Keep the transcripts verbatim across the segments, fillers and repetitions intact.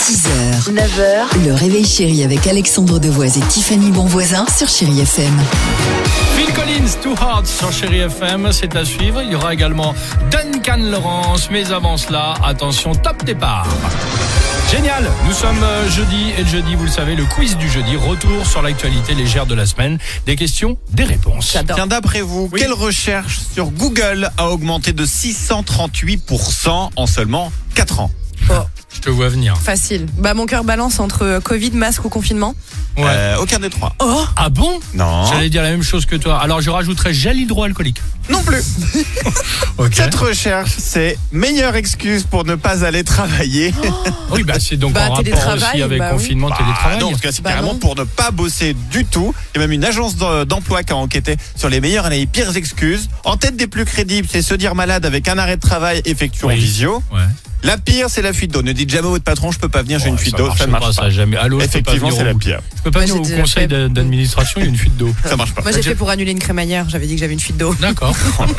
six heures, neuf heures, le réveil chéri avec Alexandre Devoise et Tiffany Bonvoisin sur Chéri F M. Phil Collins, Two Hearts sur Chéri F M, c'est à suivre. Il y aura également Duncan Lawrence, mais avant cela, attention, top départ. Génial, nous sommes jeudi et le jeudi, vous le savez, le quiz du jeudi, retour sur l'actualité légère de la semaine, des questions, des réponses. J'adore. Tiens, d'après vous, oui. Quelle recherche sur Google a augmenté de six cent trente-huit pour cent en seulement quatre ans? Oh. Je te vois venir. Facile. Bah mon cœur balance entre Covid, masque ou confinement. Ouais. Euh, aucun des trois. Oh. Ah bon? Non. J'allais dire la même chose que toi. Alors je rajouterais gel hydroalcoolique. Non plus. Okay. Cette recherche, c'est meilleure excuse pour ne pas aller travailler. Oh. Oui, bah c'est donc bah, en rapport aussi avec bah, confinement, oui. télétravail. Bah, non, parce que c'est bah, carrément non. pour ne pas bosser du tout. Il y a même une agence d'emploi qui a enquêté sur les meilleures et les pires excuses. En tête des plus crédibles, c'est se dire malade avec un arrêt de travail effectué oui. en visio. Ouais. La pire, c'est la fuite d'eau. Ne dites jamais à votre patron, je peux pas venir, j'ai oh, une fuite ça d'eau. Ça ne marche pas. pas. Ça jamais. Allô, effectivement, c'est la pire. Je peux pas venir Moi, au conseil fait... d'administration, il y a une fuite d'eau. Ça marche pas. Moi, j'ai fait pour annuler une crémaillère. J'avais dit que j'avais une fuite d'eau. D'accord.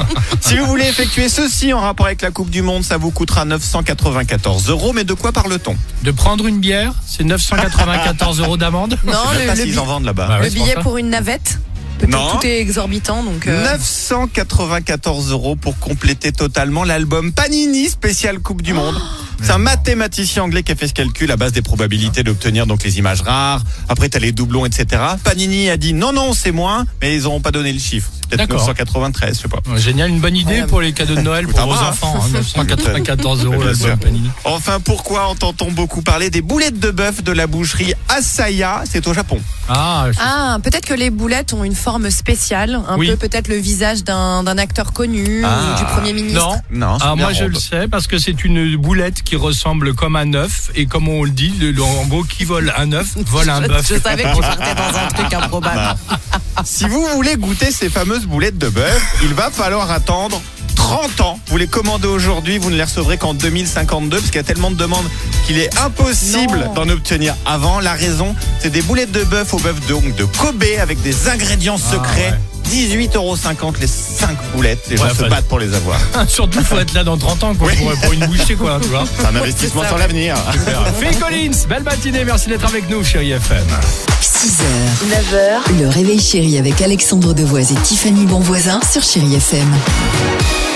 Si vous voulez effectuer ceci en rapport avec la Coupe du Monde, ça vous coûtera neuf cent quatre-vingt-quatorze euros. Mais de quoi parle-t-on? De prendre une bière, c'est neuf cent quatre-vingt-quatorze euros d'amende. Non, je sais le, pas le, s'ils bi... en vendent là-bas. Bah ouais, le billet pour, pour une navette. Non. Tout est exorbitant, donc. Euh... neuf cent quatre-vingt-quatorze euros pour compléter totalement l'album Panini spécial Coupe du Monde. Oh. C'est un mathématicien anglais qui a fait ce calcul à base des probabilités d'obtenir donc les images rares. Après, t'as les doublons, et cetera. Panini a dit non, non, c'est moins, mais ils n'auront pas donné le chiffre. C'est peut-être neuf cent quatre-vingt-treize, je sais pas. Génial, une bonne idée ouais. pour les cadeaux de Noël pour vos hein. enfants. Hein, neuf cent quatre-vingt-quatorze euros l'album Panini. Enfin, pourquoi entend-on beaucoup parler des boulettes de bœuf de la boucherie Asaya? C'est au Japon. Ah, je... ah peut-être que les boulettes ont une forme spéciale, un oui. peu peut-être le visage d'un, d'un acteur connu ah. ou du Premier ministre. Non, non. Ah, moi ronde. je le sais parce que c'est une boulette qui ressemble comme un œuf et comme on le dit, le, le, en gros, qui vole un œuf vole un bœuf. Je savais qu'on partait dans un truc improbable. Si vous voulez goûter ces fameuses boulettes de bœuf, il va falloir attendre trente ans. Vous les commandez aujourd'hui, vous ne les recevrez qu'en deux mille cinquante-deux parce qu'il y a tellement de demandes qu'il est impossible non. d'en obtenir avant. La raison, c'est des boulettes de bœuf au bœuf de, de Kobe avec des ingrédients secrets. Ah, ouais. dix-huit euros cinquante les cinq boulettes. Les gens ouais, se battent pour les avoir. Surtout, il faut être là dans trente ans quoi, oui. pour, pour une bouchée. Quoi, tu vois. C'est un investissement sur l'avenir. Phil Collins, belle matinée. Merci d'être avec nous, Chéri F M. six heures, neuf heures, le réveil chéri avec Alexandre Devoise et Tiffany Bonvoisin sur Chéri F M.